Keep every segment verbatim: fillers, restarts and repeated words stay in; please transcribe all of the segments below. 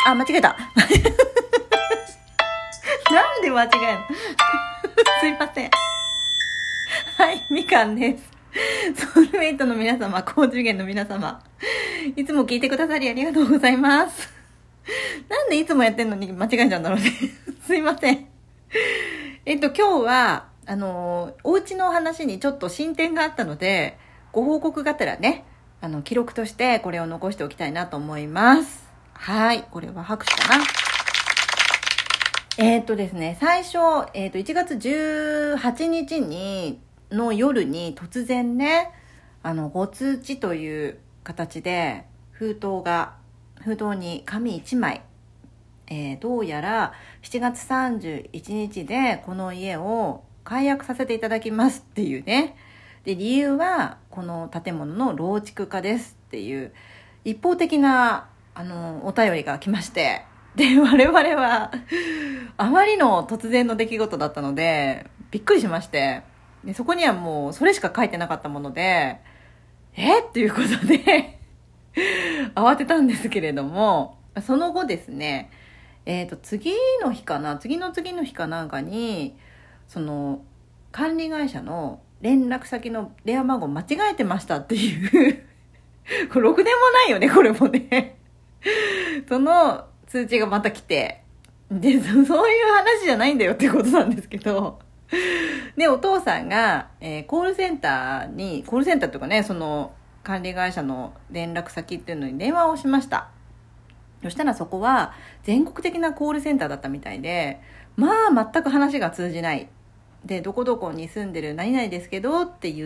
あ、間違えた。なんで間違えるのすいません。はい、みかんです。ソウルメイトの皆様、高次元の皆様、いつも聞いてくださりありがとうございます。なんでいつもやってんのに間違えちゃうんだろうね。すいません。えっと、今日は、あの、お家の話にちょっと進展があったので、ご報告がてらね、あの、記録としてこれを残しておきたいなと思います。はい、これは拍手かな。えっとですね、最初、えっと、いちがつじゅうはちにちに、の夜に突然ね、あの、ご通知という形で、封筒が、封筒に紙いちまい、えー、どうやらしちがつさんじゅういちにちでこの家を解約させていただきますっていうね。で、理由は、この建物の老築化ですっていう、一方的な、あの、お便りが来まして、で、我々は、あまりの突然の出来事だったので、びっくりしまして、でそこにはもう、それしか書いてなかったもので、えっていうことで、慌てたんですけれども、その後ですね、えっと、次の日かな、次の次の日かなんかに、その、管理会社の連絡先の電話番号間違えてましたっていうこれろくでもないよね、これもねその通知がまた来て、で、そそういう話じゃないんだよっていうことなんですけど、で、お父さんが、えー、コールセンターに、コールセンターというかね、その管理会社の連絡先っていうのに電話をしました。そしたらそこは全国的なコールセンターだったみたいで、まあ全く話が通じない。で、どこどこに住んでる何々ですけどって言って、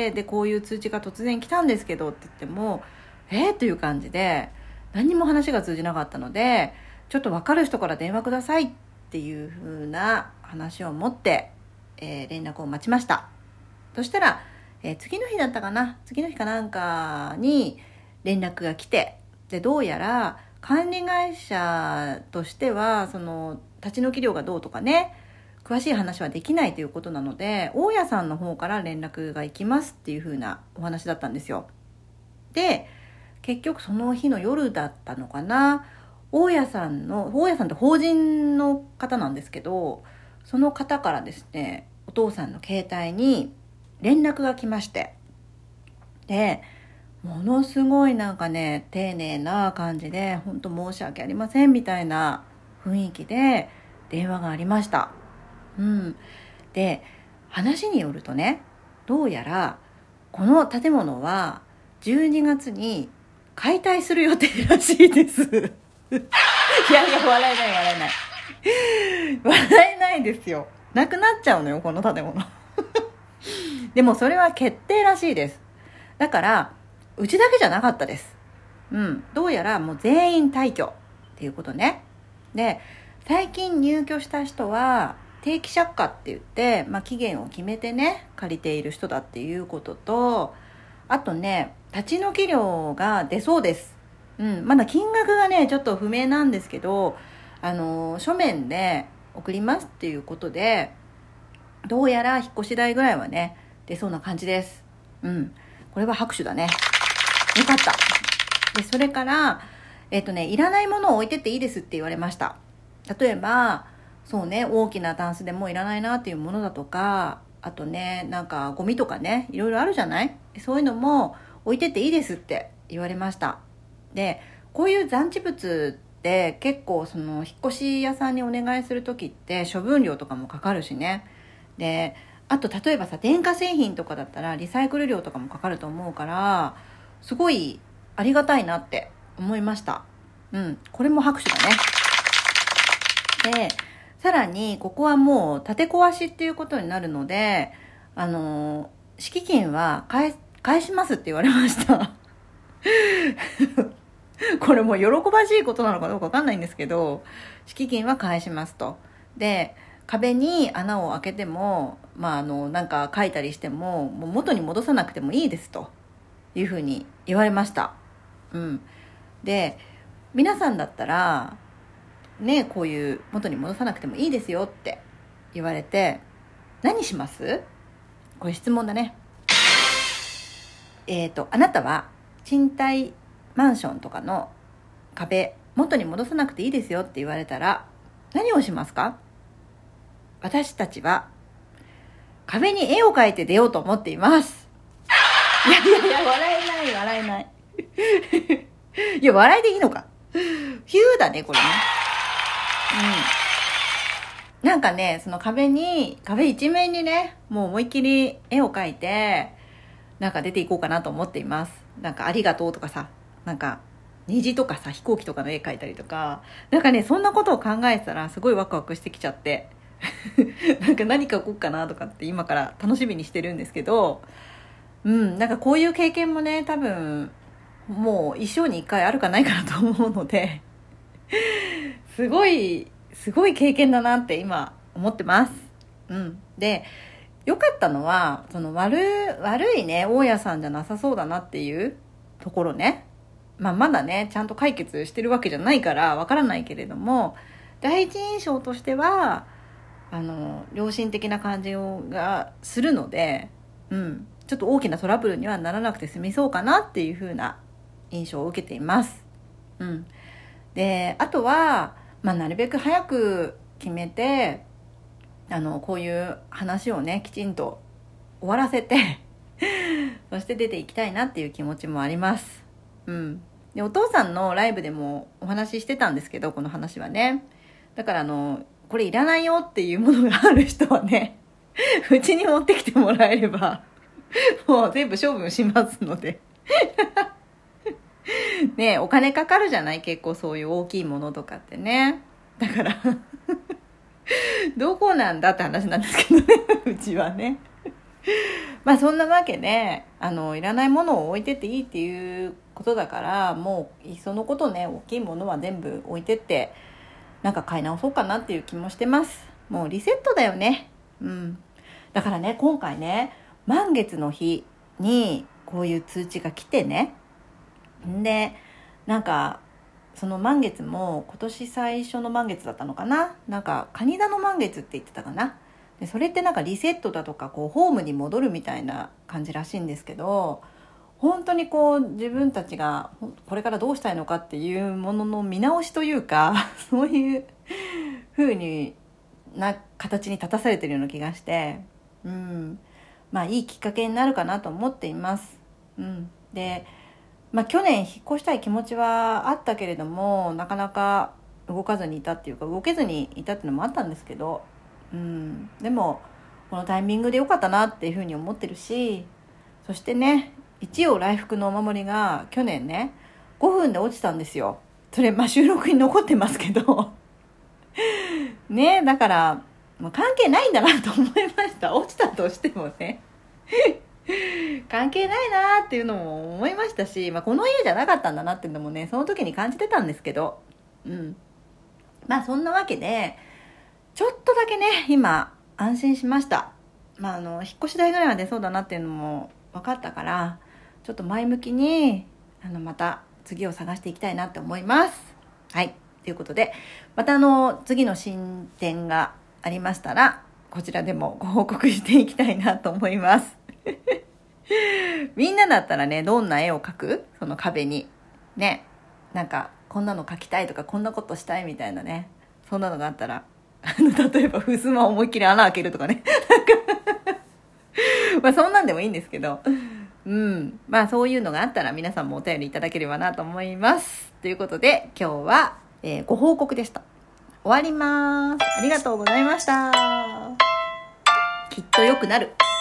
で、こういう通知が突然来たんですけどって言っても、えー、という感じで、何にも話が通じなかったので、ちょっと分かる人から電話くださいっていう風な話を持って、えー、連絡を待ちました。そしたら、えー、次の日だったかな、次の日かなんかに連絡が来て、で、どうやら管理会社としては、その立ち退き料がどうとかね、詳しい話はできないということなので、大家さんの方から連絡が行きますっていう風なお話だったんですよ。で、結局その日の夜だったのかな、大家さんの、大家さんって法人の方なんですけど、その方からですね、お父さんの携帯に連絡が来まして、で、ものすごいなんかね、丁寧な感じで、本当申し訳ありませんみたいな雰囲気で電話がありました。うん。で、話によるとね、どうやらこの建物はじゅうにがつに解体する予定らしいです。いやいや、笑えない笑えない。笑えないですよ。なくなっちゃうのよ、この建物。でもそれは決定らしいです。だから、うちだけじゃなかったです。うん。どうやらもう全員退去っていうことね。で、最近入居した人は、定期借家って言って、まあ、期限を決めてね、借りている人だっていうことと、あとね、立ち退き料が出そうです。うん。まだ金額がね、ちょっと不明なんですけど、あの、書面で送りますっていうことで、どうやら引っ越し代ぐらいはね、出そうな感じです。うん。これは拍手だね。よかった。で、それから、えっとね、いらないものを置いてっていいですって言われました。例えば、そうね、大きなタンスでもういらないなっていうものだとか、あとね、なんかゴミとかね、いろいろあるじゃない？そういうのも置いてっていいですって言われました。で、こういう残地物って結構その引っ越し屋さんにお願いするときって処分料とかもかかるしね。で、あと例えばさ、電化製品とかだったらリサイクル料とかもかかると思うから、すごいありがたいなって思いました。うん、これも拍手だね。で、さらにここはもう建て壊しっていうことになるので、あの敷金は返返しますって言われましたこれも喜ばしいことなのかどうか分かんないんですけど、敷金は返しますと。で、壁に穴を開けても、まあ、あのなんか書いたりしても、もう元に戻さなくてもいいですというふうに言われました。うん。で、皆さんだったらね、こういう元に戻さなくてもいいですよって言われて、何します？これ質問だね。えっと、あなたは賃貸マンションとかの壁元に戻さなくていいですよって言われたら何をしますか？私たちは壁に絵を描いて出ようと思っています。いやいやいや、笑えない笑えないいや、笑いでいいのか。ヒューだねこれね。うん、なんかね、その壁に壁一面にね、もう思いっきり絵を描いてなんか出ていこうかなと思っています。なんかありがとうとかさ、なんか虹とかさ、飛行機とかの絵描いたりとか、なんかね、そんなことを考えてたらすごいワクワクしてきちゃってなんか何か描こうかなとかって今から楽しみにしてるんですけど、うん、なんかこういう経験もね、多分もう一生に一回あるかないかなと思うのですごいすごい経験だなって今思ってます。うん、で良かったのは、その悪悪いね大家さんじゃなさそうだなっていうところね。まあ、まだねちゃんと解決してるわけじゃないからわからないけれども、第一印象としてはあの良心的な感じがするので、うん、ちょっと大きなトラブルにはならなくて済みそうかなっていう風な印象を受けています。うん、であとは、まあ、なるべく早く決めて、あのこういう話をねきちんと終わらせてそして出ていきたいなっていう気持ちもあります。うん、でお父さんのライブでもお話ししてたんですけど、この話はね、だからあのこれいらないよっていうものがある人はねうちに持ってきてもらえればもう全部処分しますのでねえ、お金かかるじゃない、結構そういう大きいものとかってね。だからどこなんだって話なんですけどねうちはねまあそんなわけで、あのいらないものを置いてっていいっていうことだから、もういっそのことね、大きいものは全部置いてってなんか買い直そうかなっていう気もしてます。もうリセットだよね。うん、だからね、今回ね満月の日にこういう通知が来てね、でなんかその満月も今年最初の満月だったのかな、なんか蟹座の満月って言ってたかな。でそれってなんかリセットだとか、こうホームに戻るみたいな感じらしいんですけど、本当にこう自分たちがこれからどうしたいのかっていうものの見直しというかそういう風にな形に立たされてるような気がして、うん、まあいいきっかけになるかなと思っています。うん、でまあ、去年引っ越したい気持ちはあったけれども、なかなか動かずにいたっていうか動けずにいたっていうのもあったんですけど、うん、でもこのタイミングで良かったなっていうふうに思ってるし、そしてね、一応来福のお守りが去年ねごふんで落ちたんですよ。それ、まあ、収録に残ってますけどね、だからもう関係ないんだなと思いました。落ちたとしてもね関係ないなっていうのも思いましたし、まあ、この家じゃなかったんだなっていうのもねその時に感じてたんですけど、うん、まあそんなわけでちょっとだけね今安心しました。まあ、あの引っ越し代ぐらいは出そうだなっていうのも分かったから、ちょっと前向きにあのまた次を探していきたいなって思います。はい、ということでまたあの次の進展がありましたらこちらでもご報告していきたいなと思いますみんなだったらね、どんな絵を描く？その壁にね、なんかこんなの描きたいとかこんなことしたいみたいなね、そんなのがあったらあの例えば襖を思いっきり穴開けるとかねまあそんなんでもいいんですけど、うん、まあそういうのがあったら皆さんもお便りいただければなと思います。ということで今日は、えー、ご報告でした。終わります。ありがとうございました。きっと良くなる。